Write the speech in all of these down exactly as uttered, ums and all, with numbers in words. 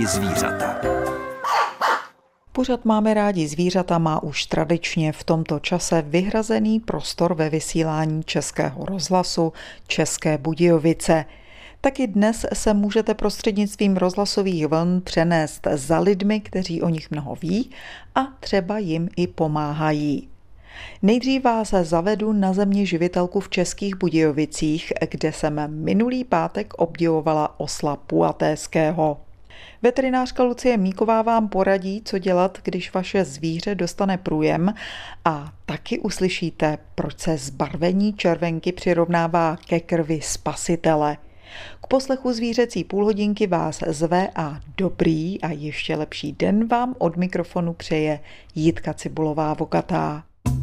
rádi zvířata. Pořad Máme rádi zvířata má už tradičně v tomto čase vyhrazený prostor ve vysílání Českého rozhlasu České Budějovice. Taky dnes se můžete prostřednictvím rozhlasových vln přenést za lidmi, kteří o nich mnoho ví a třeba jim i pomáhají. Nejdřív vás zavedu na země živitelku v Českých Budějovicích, kde jsem minulý pátek obdivovala osla puatéského. Veterinářka Lucie Míková vám poradí, co dělat, když vaše zvíře dostane průjem, a taky uslyšíte, proč se zbarvení červenky přirovnává ke krvi spasitele. K poslechu zvířecí půlhodinky vás zve a dobrý a ještě lepší den vám od mikrofonu přeje Jitka Cibulová-Vokatá.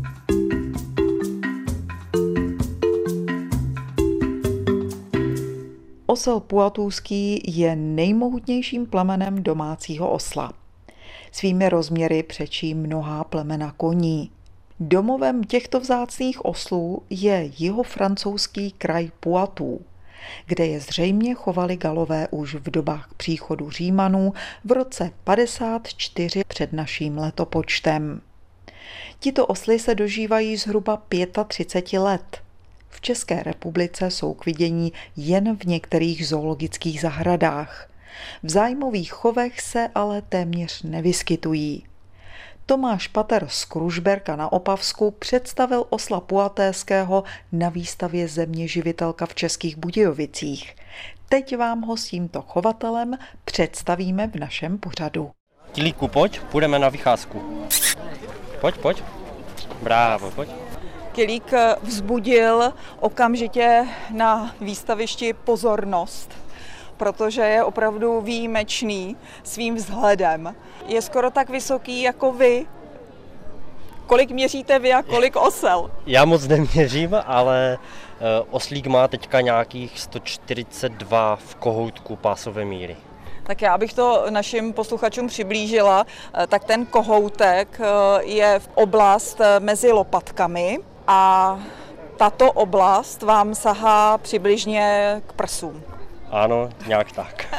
Osel puatůský je nejmohutnějším plemenem domácího osla. Svými rozměry přečí mnohá plemena koní. Domovem těchto vzácných oslů je jihofrancouzský kraj Poitou, kde je zřejmě chovali Galové už v dobách příchodu Římanů v roce padesát čtyři před naším letopočtem. Tito osly se dožívají zhruba třicet pět let. V České republice jsou k vidění jen v některých zoologických zahradách. V zájmových chovech se ale téměř nevyskytují. Tomáš Pater z Kružberka na Opavsku představil osla puatéského na výstavě Země živitelka v Českých Budějovicích. Teď vám ho s tímto chovatelem představíme v našem pořadu. Tilíku, pojď, půjdeme na vycházku. Pojď, pojď. Brávo, pojď. Kilík vzbudil okamžitě na výstavišti pozornost, protože je opravdu výjimečný svým vzhledem. Je skoro tak vysoký jako vy. Kolik měříte vy a kolik osel? Já moc neměřím, ale oslík má teďka nějakých sto čtyřicet dva v kohoutku pásové míry. Tak já bych to našim posluchačům přiblížila. Tak ten kohoutek je v oblast mezi lopatkami a tato oblast vám sahá přibližně k prsům. Ano, nějak tak.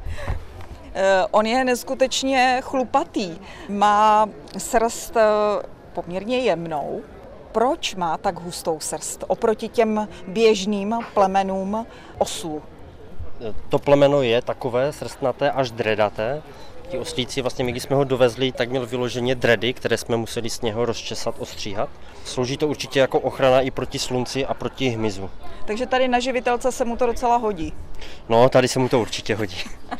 On je neskutečně chlupatý. Má srst poměrně jemnou. Proč má tak hustou srst oproti těm běžným plemenům oslů? To plemeno je takové srstnaté až dredaté. Ti oslíci, vlastně my, když jsme ho dovezli, tak měl vyloženě dredy, které jsme museli z něho rozčesat, ostříhat. Slouží to určitě jako ochrana i proti slunci a proti hmyzu. Takže tady na živitelce se mu to docela hodí. No, tady se mu to určitě hodí.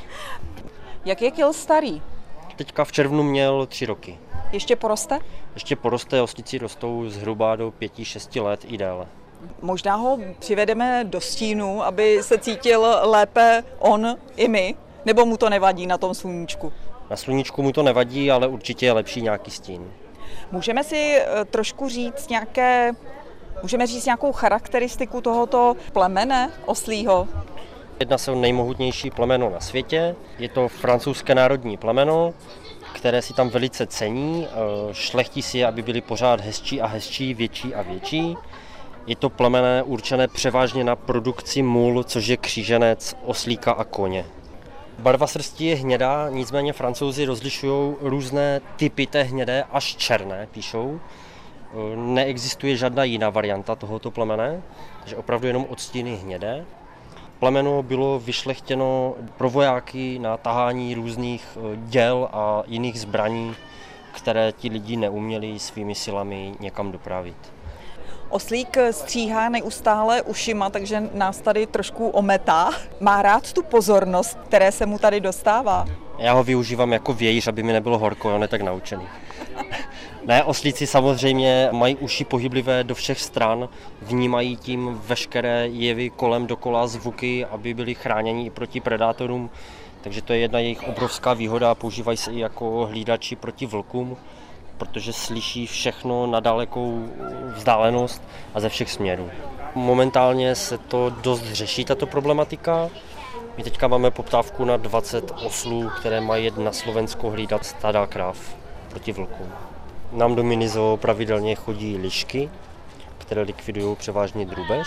Jak je kil starý? Teďka v červnu měl tři roky. Ještě poroste? Ještě poroste, oslíci rostou zhruba do pěti, šesti let i déle. Možná ho přivedeme do stínu, aby se cítil lépe on i my, nebo mu to nevadí na tom sluníčku? Na sluníčku mu to nevadí, ale určitě je lepší nějaký stín. Můžeme si trošku říct nějaké, můžeme říct nějakou charakteristiku tohoto plemene oslího? Jedná se o nejmohutnější plemeno na světě. Je to francouzské národní plemeno, které si tam velice cení. Šlechtí si je, aby byly pořád hezčí a hezčí, větší a větší. Je to plemeno určené převážně na produkci mul, což je kříženec oslíka a koně. Barva srsti je hnědá, nicméně Francouzi rozlišují různé typy té hnědé až černé, píšou. Neexistuje žádná jiná varianta tohoto plemene, takže opravdu jenom odstíny hnědé. Plemeno bylo vyšlechtěno pro vojáky na tahání různých děl a jiných zbraní, které ti lidi neuměli svými silami někam dopravit. Oslík stříhá neustále ušima, takže nás tady trošku ometá. Má rád tu pozornost, které se mu tady dostává. Já ho využívám jako vějíř, aby mi nebylo horko, on je tak naučený. Ne, oslíci samozřejmě mají uši pohyblivé do všech stran, vnímají tím veškeré jevy kolem dokola, zvuky, aby byli chráněni i proti predátorům. Takže to je jedna jejich obrovská výhoda, používají se i jako hlídači proti vlkům, protože slyší všechno na dalekou vzdálenost a ze všech směrů. Momentálně se to dost řeší, tato problematika. My teďka máme poptávku na dvacet oslů, které mají jet na Slovensko hlídat stáda kráv proti vlkům. Nám do minizoo pravidelně chodí lišky, které likvidují převážně drůbež.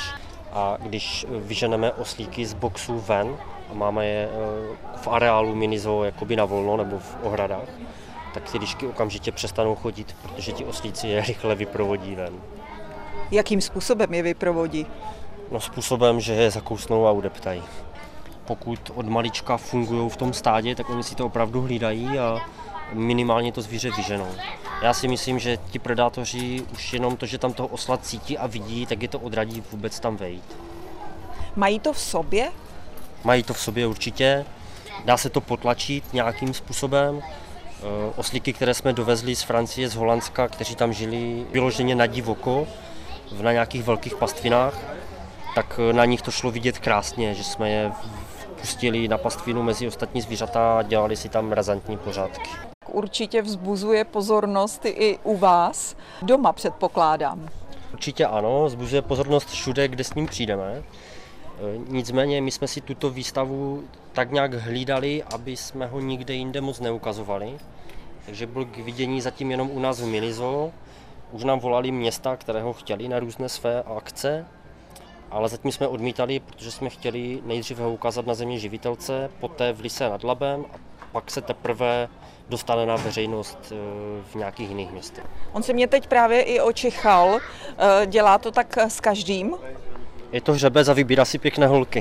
A když vyženeme oslíky z boxů ven a máme je v areálu minizoo jakoby na volno nebo v ohradách, tak ty lišky okamžitě přestanou chodit, protože ti oslíci je rychle vyprovodí ven. Jakým způsobem je vyprovodí? No způsobem, že je zakousnou a udeptají. Pokud od malička fungují v tom stádě, tak oni si to opravdu hlídají a minimálně to zvíře vyženou. Já si myslím, že ti predátoři už jenom to, že tam toho osla cítí a vidí, tak je to odradí vůbec tam vejít. Mají to v sobě? Mají to v sobě určitě. Dá se to potlačit nějakým způsobem. Oslíky, které jsme dovezli z Francie, z Holandska, kteří tam žili vyloženě na divoko, na nějakých velkých pastvinách, tak na nich to šlo vidět krásně, že jsme je pustili na pastvinu mezi ostatní zvířata a dělali si tam razantní pořádky. Určitě vzbuzuje pozornost i u vás. Doma předpokládám. Určitě ano, vzbuzuje pozornost všude, kde s ním přijdeme. Nicméně my jsme si tuto výstavu tak nějak hlídali, aby jsme ho nikde jinde moc neukazovali. Takže byl k vidění zatím jenom u nás v minizoo. Už nám volali města, které ho chtěli na různé své akce, ale zatím jsme odmítali, protože jsme chtěli nejdřív ho ukázat na země živitelce, poté v Lysé nad Labem a pak se teprve dostane na veřejnost v nějakých jiných městech. On se mě teď právě i očichal, dělá to tak s každým? Je to hřebec a vybírá si pěkné holky.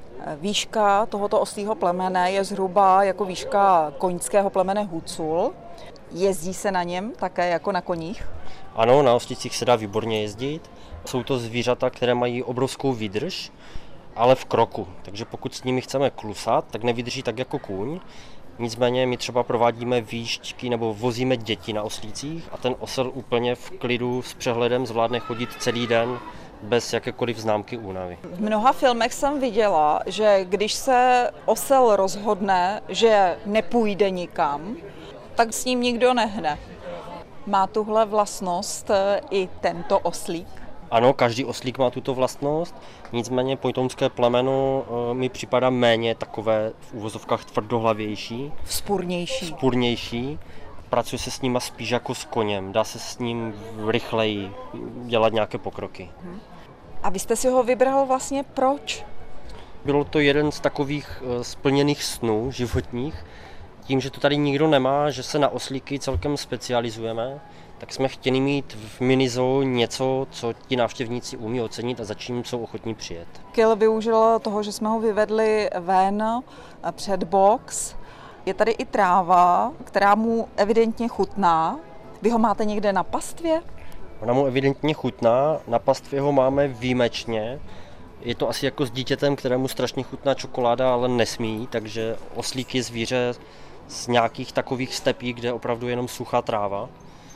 Výška tohoto oslího plemene je zhruba jako výška koňského plemene Hucul. Jezdí se na něm také jako na koních? Ano, na oslících se dá výborně jezdit. Jsou to zvířata, které mají obrovskou výdrž, ale v kroku. Takže pokud s nimi chceme klusat, tak nevydrží tak jako kůň. Nicméně my třeba provádíme výšťky nebo vozíme děti na oslících a ten osel úplně v klidu s přehledem zvládne chodit celý den bez jakékoliv známky únavy. V mnoha filmech jsem viděla, že když se osel rozhodne, že nepůjde nikam, tak s ním nikdo nehne. Má tuhle vlastnost i tento oslík? Ano, každý oslík má tuto vlastnost, nicméně pojtounské plemeno mi připadá méně takové v úvozovkách tvrdohlavější. Vzpurnější. Vzpurnější. Pracuje se s nima spíš jako s koněm, dá se s ním rychleji dělat nějaké pokroky. A vy jste si ho vybral vlastně proč? Bylo to jeden z takových splněných snů životních. Tím, že to tady nikdo nemá, že se na oslíky celkem specializujeme, tak jsme chtěli mít v minizoo něco, co ti návštěvníci umí ocenit a za čím jsou ochotní přijet. Kill využil toho, že jsme ho vyvedli ven před box. Je tady i tráva, která mu evidentně chutná. Vy ho máte někde na pastvě? Ona mu evidentně chutná, na pastvě ho máme výjimečně. Je to asi jako s dítětem, kterému strašně chutná čokoláda, ale nesmí, takže oslík je zvíře z nějakých takových stepí, kde opravdu jenom suchá tráva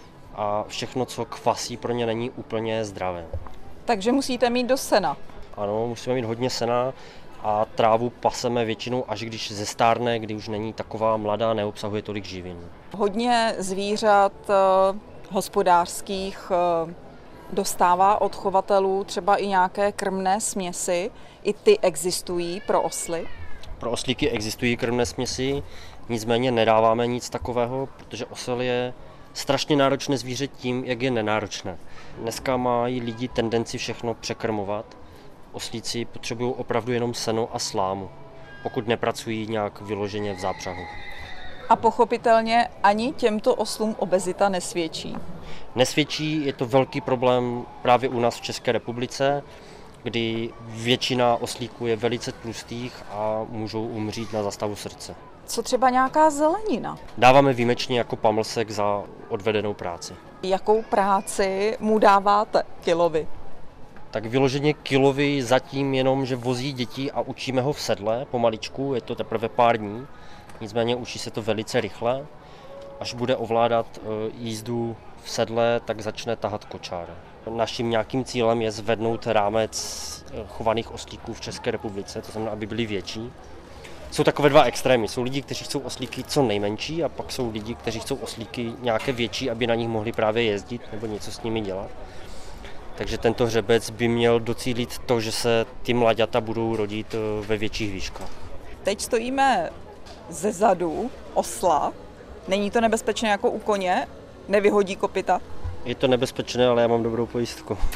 a všechno, co kvasí, pro ně není úplně zdravé. Takže musíte mít do sena. Ano, musíme mít hodně sena a trávu paseme většinou, až když zestárne, kdy už není taková mladá, neobsahuje tolik živin. Hodně zvířat eh, hospodářských eh, dostává od chovatelů třeba i nějaké krmné směsi. I ty existují pro osly? Pro oslíky existují krmné směsi, nicméně nedáváme nic takového, protože osel je strašně náročné zvíře tím, jak je nenáročné. Dneska mají lidi tendenci všechno překrmovat. Oslíci potřebují opravdu jenom seno a slámu, pokud nepracují nějak vyloženě v zápřahu. A pochopitelně ani těmto oslům obezita nesvědčí. Nesvědčí, je to velký problém právě u nás v České republice, kdy většina oslíků je velice tlustých a můžou umřít na zastavu srdce. Co třeba nějaká zelenina? Dáváme výjimečně jako pamlsek za odvedenou práci. Jakou práci mu dáváte Killovi? Tak vyloženě Killovi zatím jenom, že vozí děti a učíme ho v sedle pomaličku, je to teprve pár dní, nicméně učí se to velice rychle. Až bude ovládat jízdu v sedle, tak začne tahat kočár. Naším nějakým cílem je zvednout rámec chovaných oslíků v České republice, to znamená, aby byly větší. Jsou takové dva extrémy. Jsou lidi, kteří chcou oslíky co nejmenší a pak jsou lidi, kteří chcou oslíky nějaké větší, aby na nich mohli právě jezdit nebo něco s nimi dělat. Takže tento hřebec by měl docílit to, že se ty mlaďata budou rodit ve větších výškách. Teď stojíme ze zadu osla. Není to nebezpečné jako u koně? Nevyhodí kopyta? Je to nebezpečné, ale já mám dobrou pojistku.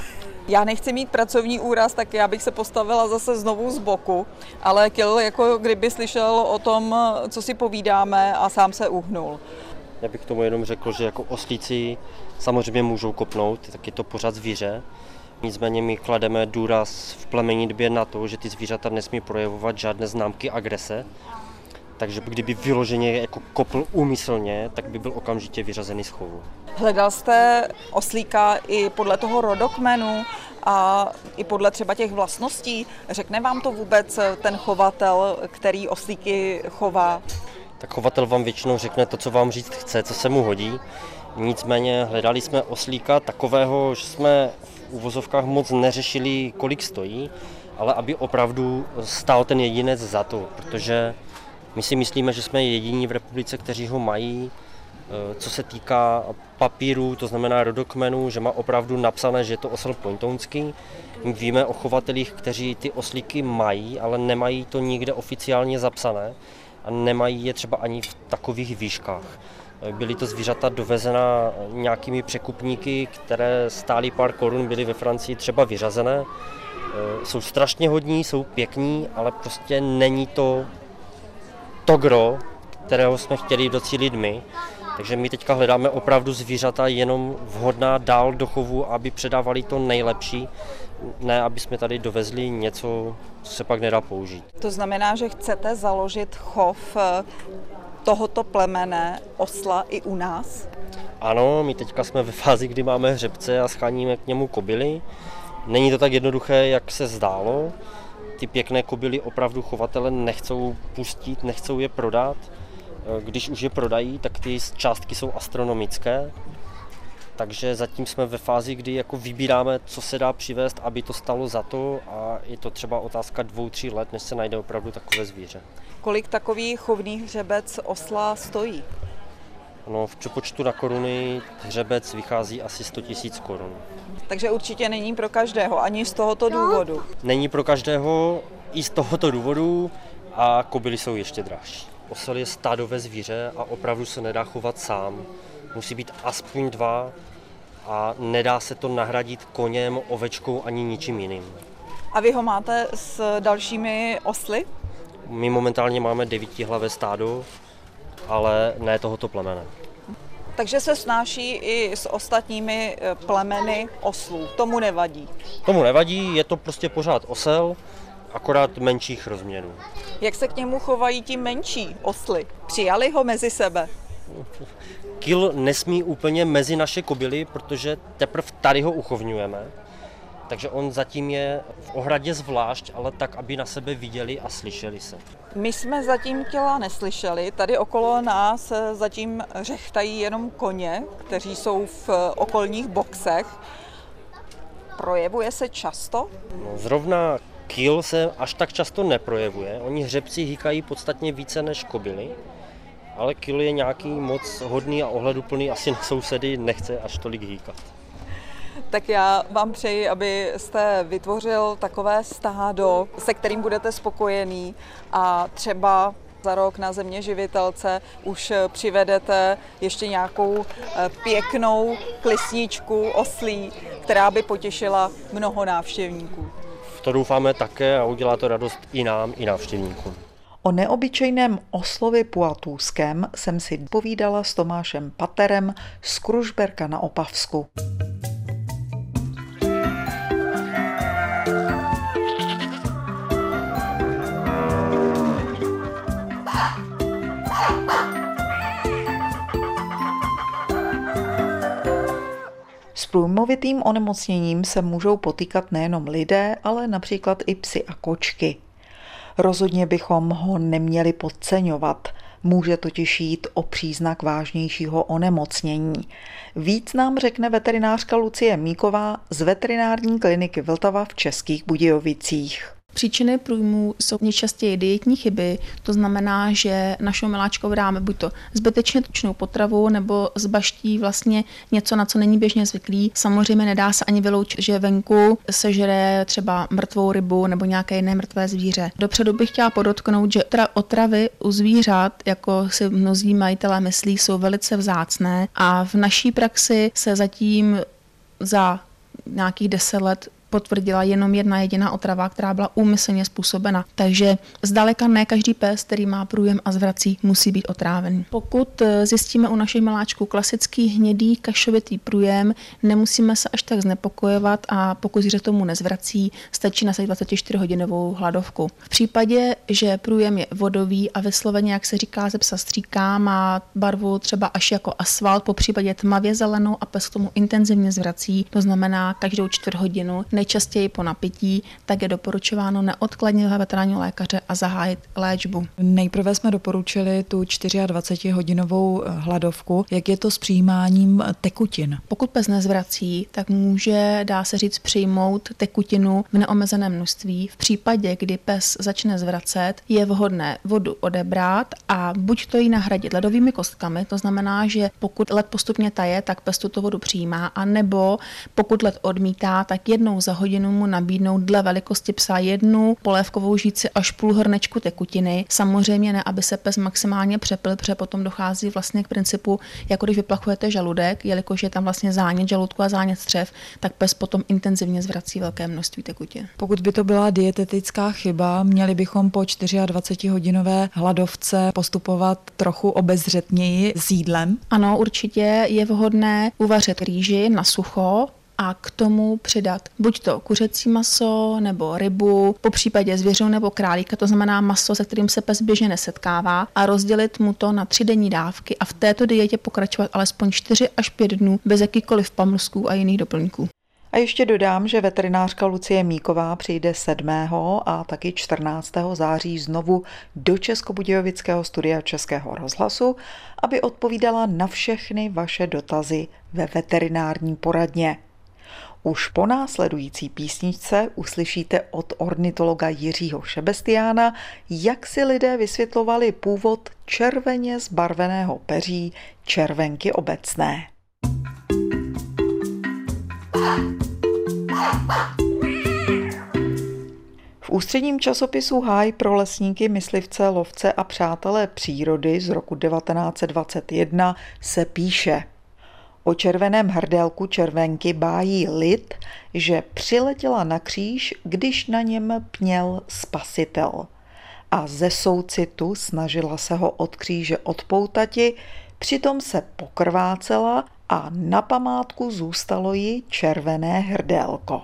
Já nechci mít pracovní úraz, tak já bych se postavila zase znovu z boku, ale Kil jako kdyby slyšel o tom, co si povídáme a sám se uhnul. Já bych k tomu jenom řekl, že jako oslíci samozřejmě můžou kopnout, tak je to pořád zvíře. Nicméně my klademe důraz v plemenitbě na to, že ty zvířata nesmí projevovat žádné známky agrese. Takže kdyby vyloženě jako kopl úmyslně, tak by byl okamžitě vyřazený z chovu. Hledal jste oslíka i podle toho rodokmenu a i podle třeba těch vlastností? Řekne vám to vůbec ten chovatel, který oslíky chová? Tak chovatel vám většinou řekne to, co vám říct chce, co se mu hodí. Nicméně hledali jsme oslíka takového, že jsme v uvozovkách moc neřešili, kolik stojí, ale aby opravdu stál ten jedinec za to, protože my si myslíme, že jsme jediní v republice, kteří ho mají, co se týká papíru, to znamená rodokmenu, že má opravdu napsané, že je to osel pointounský. My víme o chovatelích, kteří ty oslíky mají, ale nemají to nikde oficiálně zapsané a nemají je třeba ani v takových výškách. Byly to zvířata dovezena nějakými překupníky, které stály pár korun, byly ve Francii třeba vyřazené. Jsou strašně hodní, jsou pěkní, ale prostě není to to gro, kterého jsme chtěli docílit my. Takže my teďka hledáme opravdu zvířata jenom vhodná dál do chovu, aby předávali to nejlepší, ne aby jsme tady dovezli něco, co se pak nedá použít. To znamená, že chcete založit chov tohoto plemene osla i u nás? Ano, my teďka jsme ve fázi, kdy máme hřebce a scháníme k němu kobily. Není to tak jednoduché, jak se zdálo. Ty pěkné kobily opravdu chovatele nechcou pustit, nechcou je prodat. Když už je prodají, tak ty částky jsou astronomické. Takže zatím jsme ve fázi, kdy jako vybíráme, co se dá přivést, aby to stalo za to, a je to třeba otázka dvou, tří let, než se najde opravdu takové zvíře. Kolik takový chovný hřebec osla stojí? No, v přepočtu na koruny hřebec vychází asi sto tisíc korun. Takže určitě není pro každého, ani z tohoto důvodu. Není pro každého i z tohoto důvodu a kobily jsou ještě dražší. Osel je stádové zvíře a opravdu se nedá chovat sám. Musí být aspoň dva a nedá se to nahradit koněm, ovečkou ani ničím jiným. A vy ho máte s dalšími osly? My momentálně máme devítihlavé stádo, ale ne tohoto plemene. Takže se snáší i s ostatními plemeny oslů. Tomu nevadí? Tomu nevadí, je to prostě pořád osel, akorát menších rozměrů. Jak se k němu chovají ti menší osly? Přijali ho mezi sebe? Kil nesmí úplně mezi naše kobily, protože teprve tady ho uchovňujeme. Takže on zatím je v ohradě zvlášť, ale tak, aby na sebe viděli a slyšeli se. My jsme zatím Kila neslyšeli. Tady okolo nás zatím řechtají jenom koně, kteří jsou v okolních boxech. Projevuje se často? No, zrovna Kil se až tak často neprojevuje. Oni hřebci hýkají podstatně více než kobily, ale Kil je nějaký moc hodný a ohleduplný, asi na sousedy nechce až tolik hýkat. Tak já vám přeji, abyste vytvořil takové stádo, se kterým budete spokojený, a třeba za rok na Země živitelce už přivedete ještě nějakou pěknou klisničku oslí, která by potěšila mnoho návštěvníků. V to doufáme také a udělá to radost i nám, i návštěvníkům. O neobyčejném oslovi poatůském jsem si povídala s Tomášem Paterem z Kružberka na Opavsku. S průjmovitým onemocněním se můžou potýkat nejenom lidé, ale například i psi a kočky. Rozhodně bychom ho neměli podceňovat. Může totiž jít o příznak vážnějšího onemocnění. Víc nám řekne veterinářka Lucie Míková z veterinární kliniky Vltava v Českých Budějovicích. Příčiny průjmů jsou nejčastěji dietní chyby, to znamená, že našemu miláčkovi dáme buď to zbytečně tučnou potravu, nebo zbaští vlastně něco, na co není běžně zvyklý. Samozřejmě nedá se ani vyloučit, že venku sežere třeba mrtvou rybu nebo nějaké jiné mrtvé zvíře. Dopředu bych chtěla podotknout, že otravy u zvířat, jako si mnozí majitelé myslí, jsou velice vzácné a v naší praxi se zatím za nějakých deset let potvrdila jenom jedna jediná otrava, která byla úmyslně způsobena. Takže zdaleka ne každý pes, který má průjem a zvrací, musí být otrávený. Pokud zjistíme u našich miláčků klasický hnědý kašovitý průjem, nemusíme se až tak znepokojovat a pokud zvíře tomu nezvrací, stačí nasadit dvacetičtyřhodinovou hladovku. V případě, že průjem je vodový a vysloveně, jak se říká, ze psa stříká, má barvu třeba až jako asfalt, po případě tmavě zelenou a pes k tomu intenzivně zvrací, to znamená každou čtvrt hodinu, nejčastěji po napití, tak je doporučováno neodkladně ve veterinárního lékaře a zahájit léčbu. Nejprve jsme doporučili tu dvacetičtyřhodinovou hladovku. Jak je to s přijímáním tekutin? Pokud pes nezvrací, tak může, dá se říct, přijmout tekutinu v neomezeném množství. V případě, kdy pes začne zvracet, je vhodné vodu odebrat a buď to jí nahradit ledovými kostkami, to znamená, že pokud led postupně taje, tak pes tuto vodu přijímá, a nebo pokud led odmítá, tak jednou za hodinu mu nabídnout dle velikosti psa jednu polévkovou žíci až půl hrnečku tekutiny. Samozřejmě ne, aby se pes maximálně přepil, protože potom dochází vlastně k principu, jako když vyplachujete žaludek, jelikož je tam vlastně zánět žaludku a zánět střev, tak pes potom intenzivně zvrací velké množství tekutin. Pokud by to byla dietetická chyba, měli bychom po dvacetičtyřhodinové hladovce postupovat trochu obezřetněji s jídlem? Ano, určitě je vhodné uvařit rýži na sucho a k tomu přidat buď to kuřecí maso nebo rybu, po případě zvěřinu nebo králíka, to znamená maso, se kterým se pes běžně nesetkává, a rozdělit mu to na tři denní dávky a v této dietě pokračovat alespoň čtyři až pět dnů bez jakýchkoliv pamlsků a jiných doplňků. A ještě dodám, že veterinářka Lucie Míková přijde sedmého a taky čtrnáctého září znovu do Českobudějovického studia Českého rozhlasu, aby odpovídala na všechny vaše dotazy ve veterinární poradně. Už po následující písničce uslyšíte od ornitologa Jiřího Šebestiána, jak si lidé vysvětlovali původ červeně zbarveného peří červenky obecné. V ústředním časopisu Háj pro lesníky, myslivce, lovce a přátelé přírody z roku devatenáct set dvacet jedna se píše: o červeném hrdelku červenky bájí lid, že přiletěla na kříž, když na něm pněl spasitel. A ze soucitu snažila se ho od kříže odpoutati, přitom se pokrvácela a na památku zůstalo jí červené hrdelko.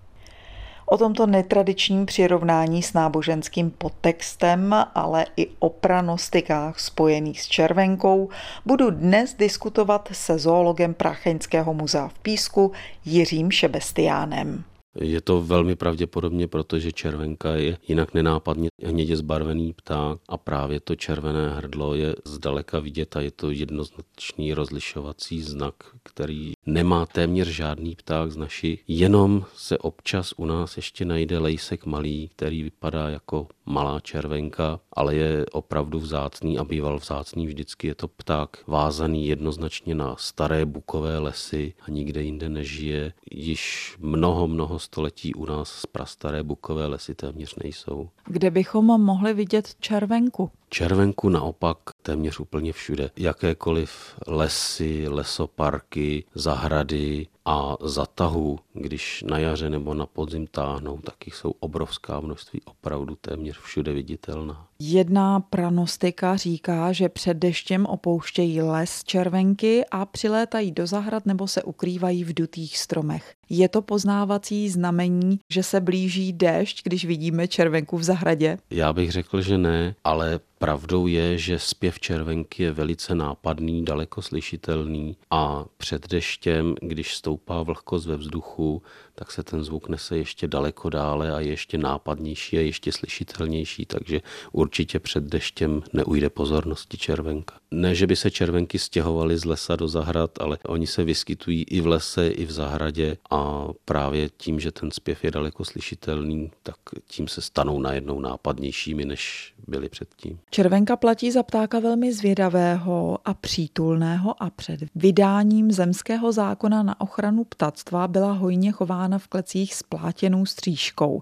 O tomto netradičním přirovnání s náboženským podtextem, ale i o pranostikách spojených s červenkou budu dnes diskutovat se zoologem Pracheňského muzea v Písku Jiřím Šebestiánem. Je to velmi pravděpodobně, protože červenka je jinak nenápadně hnědě zbarvený pták a právě to červené hrdlo je zdaleka vidět a je to jednoznačný rozlišovací znak, který nemá téměř žádný pták z naší. Jenom se občas u nás ještě najde lejsek malý, který vypadá jako malá červenka, ale je opravdu vzácný a býval vzácný vždycky. Je to pták vázaný jednoznačně na staré bukové lesy a nikde jinde nežije. Již mnoho, mnoho století u nás prastaré bukové lesy téměř nejsou. Kde bychom mohli vidět červenku? Červenku naopak téměř úplně všude. Jakékoliv lesy, lesoparky, zahrady a zatahu, když na jaře nebo na podzim táhnou, tak jich jsou obrovská množství, opravdu téměř všude viditelná. Jedna pranostika říká, že před deštěm opouštějí les červenky a přilétají do zahrad nebo se ukrývají v dutých stromech. Je to poznávací znamení, že se blíží déšť, když vidíme červenku v zahradě? Já bych řekl, že ne, ale pravdou je, že zpěv červenky je velice nápadný, daleko slyšitelný a před deštěm, když stoupá vlhkost ve vzduchu, tak se ten zvuk nese ještě daleko dále a je ještě nápadnější a ještě slyšitelnější, takže určitě před deštěm neujde pozornosti červenka. Ne, že by se červenky stěhovaly z lesa do zahrad, ale oni se vyskytují i v lese, i v zahradě a právě tím, že ten zpěv je daleko slyšitelný, tak tím se stanou najednou nápadnějšími, než byli předtím. Červenka platí za ptáka velmi zvědavého a přítulného a před vydáním zemského zákona na ochranu ptactva byla hojně chována v klecích s plátěnou stříškou.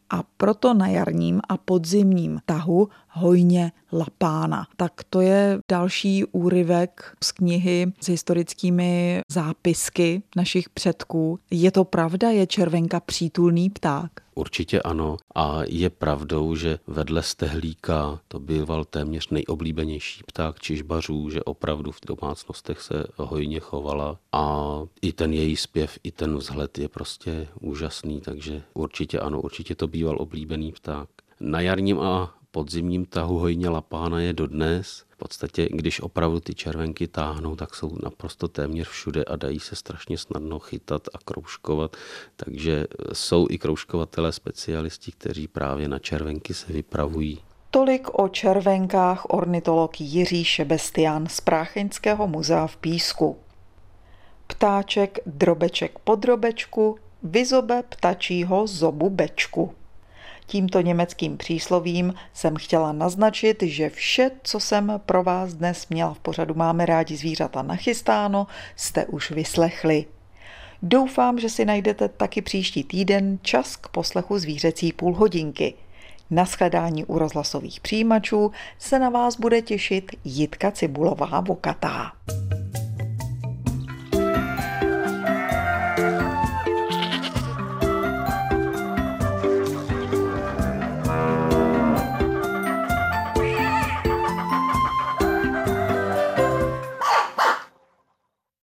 a proto na jarním a podzimním tahu hojně lapána. Tak to je další úryvek z knihy s historickými zápisky našich předků. Je to pravda? Je červenka přítulný pták? Určitě ano a je pravdou, že vedle stehlíka to býval téměř nejoblíbenější pták čižbařů, že opravdu v domácnostech se hojně chovala a i ten její zpěv, i ten vzhled je prostě úžasný, takže určitě ano, určitě to býval oblíbený pták. Na jarním a podzimním tahu hojně lapána je dodnes. V podstatě, když opravdu ty červenky táhnou, tak jsou naprosto téměř všude a dají se strašně snadno chytat a kroužkovat. Takže jsou i kroužkovatelé specialisti, kteří právě na červenky se vypravují. Tolik o červenkách ornitolog Jiří Šebestián z Prácheňského muzea v Písku. Ptáček drobeček po drobečku vyzobe ptačího zobu bečku. Tímto německým příslovím jsem chtěla naznačit, že vše, co jsem pro vás dnes měla v pořadu Máme rádi zvířata nachystáno, jste už vyslechli. Doufám, že si najdete taky příští týden čas k poslechu zvířecí půlhodinky. Na shledání u rozhlasových přijímačů se na vás bude těšit Jitka Cibulová Vokatá.